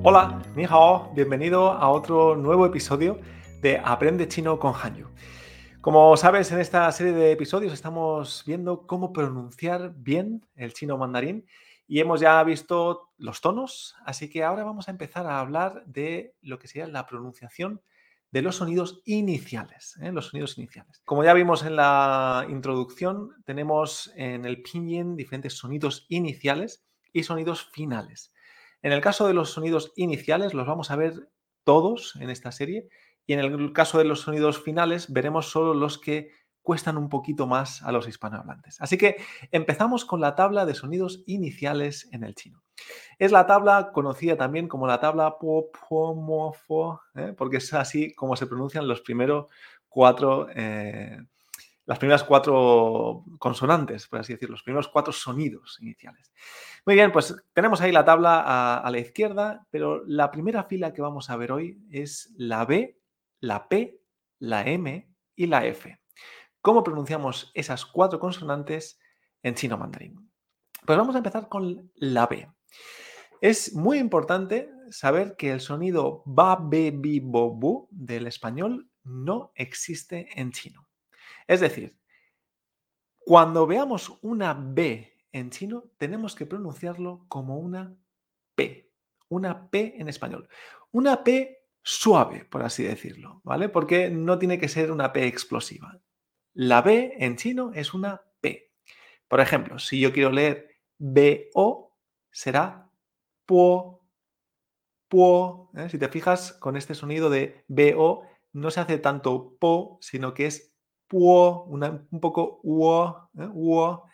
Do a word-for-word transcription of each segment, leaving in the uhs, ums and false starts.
Hola, ni hao, bienvenido a otro nuevo episodio de Aprende Chino con Hanyu. Como sabes, en esta serie de episodios estamos viendo cómo pronunciar bien el chino mandarín y hemos ya visto los tonos, así que ahora vamos a empezar a hablar de lo que sería la pronunciación de los sonidos iniciales, ¿eh? Los sonidos iniciales. Como ya vimos en la introducción, tenemos en el pinyin diferentes sonidos iniciales y sonidos finales. En el caso de los sonidos iniciales los vamos a ver todos en esta serie y en el caso de los sonidos finales veremos solo los que cuestan un poquito más a los hispanohablantes. Así que empezamos con la tabla de sonidos iniciales en el chino. Es la tabla conocida también como la tabla po, po, mo, fo, ¿eh? Porque es así como se pronuncian los primeros cuatro, eh, las primeras cuatro consonantes, por así decirlo, los primeros cuatro sonidos iniciales. Muy bien, pues tenemos ahí la tabla a, a la izquierda, pero la primera fila que vamos a ver hoy es la B, la P, la M y la F. ¿Cómo pronunciamos esas cuatro consonantes en chino mandarín? Pues vamos a empezar con la B. Es muy importante saber que el sonido ba, be, bi, bo, bu del español no existe en chino. Es decir, cuando veamos una B en chino, tenemos que pronunciarlo como una P, una P en español. Una P suave, por así decirlo, ¿vale? Porque no tiene que ser una P explosiva. La B en chino es una P. Por ejemplo, si yo quiero leer B O, será puo, puo. ¿eh? Si te fijas, con este sonido de B O no se hace tanto po, sino que es puo, una, un poco uo, ¿eh? uo,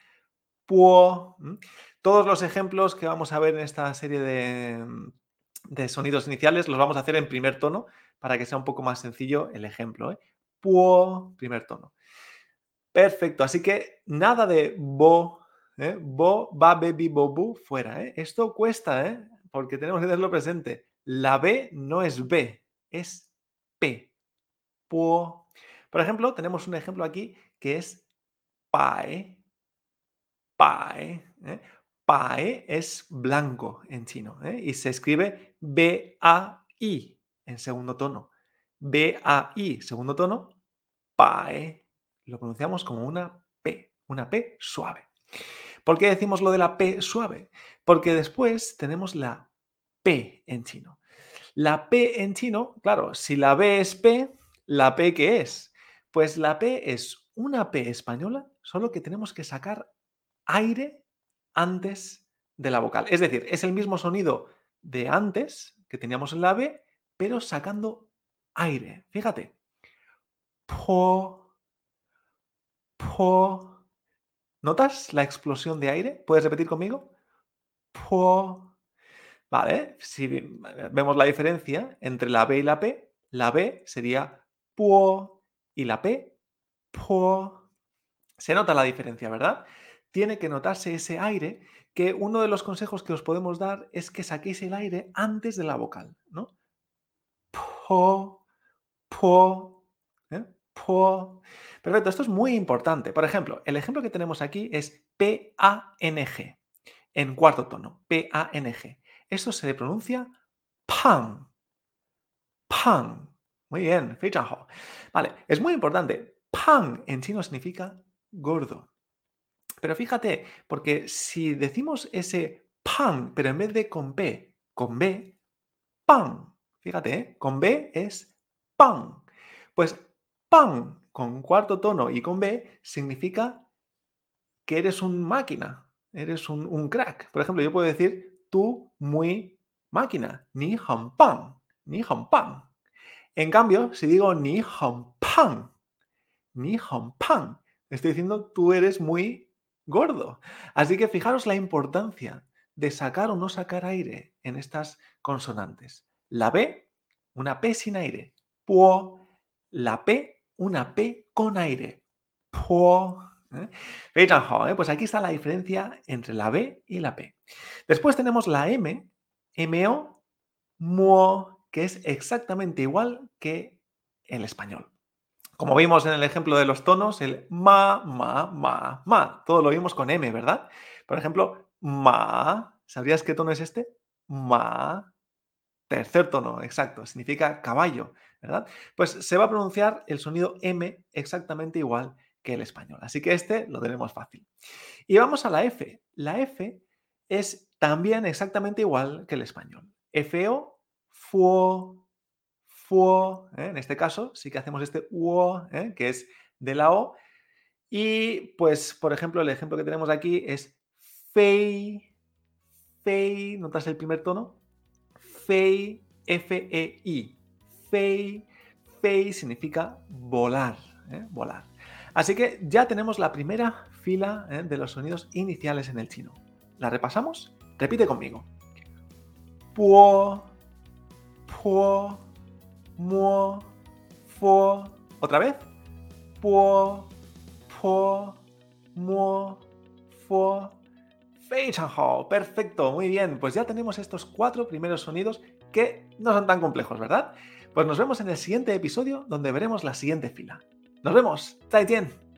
puo. ¿m? Todos los ejemplos que vamos a ver en esta serie de, de sonidos iniciales los vamos a hacer en primer tono para que sea un poco más sencillo el ejemplo. ¿eh? Puo, primer tono. Perfecto, así que nada de bo, ¿eh? Bo, ba, be, bi, bo, bu, fuera. ¿eh? Esto cuesta, ¿eh? Porque tenemos que tenerlo presente. La B no es B, es P. Puo. Por ejemplo, tenemos un ejemplo aquí que es pae. Pae. ¿eh? Pae es blanco en chino ¿eh? y se escribe B A I en segundo tono. B A I, segundo tono, pae. Lo pronunciamos como una P, una P suave. ¿Por qué decimos lo de la P suave? Porque después tenemos la P en chino. La P en chino, claro, si la B es P, ¿la P qué es? Pues la P es una P española, solo que tenemos que sacar aire antes de la vocal. Es decir, es el mismo sonido de antes que teníamos en la B, pero sacando aire. Fíjate. Po, po. ¿Notas la explosión de aire? ¿Puedes repetir conmigo? Po. Vale, si vemos la diferencia entre la B y la P, la B sería puo y la P, po. Se nota la diferencia, ¿verdad? Tiene que notarse ese aire, que uno de los consejos que os podemos dar es que saquéis el aire antes de la vocal, ¿no? Po, po, ¿eh? Po. Perfecto, esto es muy importante. Por ejemplo, el ejemplo que tenemos aquí es P A N G, en cuarto tono, P A N G. Esto se pronuncia pan, pan. Muy bien, 非常好. Vale, es muy importante. Pan en chino significa gordo. Pero fíjate, porque si decimos ese pan, pero en vez de con P, con B, pan. Fíjate, ¿eh? Con B es pan. Pues pan con cuarto tono y con B significa que eres un máquina, eres un, un crack. Por ejemplo, yo puedo decir tú muy máquina, ni han pan, ni han pan. En cambio, si digo ni han pan, ni han pan, estoy diciendo tú eres muy gordo. Así que fijaros la importancia de sacar o no sacar aire en estas consonantes. La B, una P sin aire. Puo. La P, una P con aire. Puo. ¿eh? 非常好, ¿eh? Pues aquí está la diferencia entre la B y la P. Después tenemos la M, M O, muo, que es exactamente igual que el español. Como vimos en el ejemplo de los tonos, el ma, ma, ma, ma. Todo lo vimos con M, ¿verdad? Por ejemplo, ma. ¿Sabrías qué tono es este? Ma. Tercer tono, exacto, significa caballo, ¿verdad? Pues se va a pronunciar el sonido M exactamente igual que el español. Así que este lo tenemos fácil. Y vamos a la F. La F es también exactamente igual que el español. F-O, fuo, fuo. ¿eh? En este caso sí que hacemos este uo, ¿eh? que es de la O. Y pues, por ejemplo, el ejemplo que tenemos aquí es fei, fei, ¿notas el primer tono? Fei, F-E-I. Fei, fei significa volar, ¿eh? volar. Así que ya tenemos la primera fila ¿eh? de los sonidos iniciales en el chino. ¿La repasamos? Repite conmigo. Puo, puo, muo, fuo. ¿Otra vez? Puo, puo, muo, fuo. 非常好, perfecto, muy bien. Pues ya tenemos estos cuatro primeros sonidos que no son tan complejos, ¿verdad? Pues nos vemos en el siguiente episodio donde veremos la siguiente fila. Nos vemos, 再见.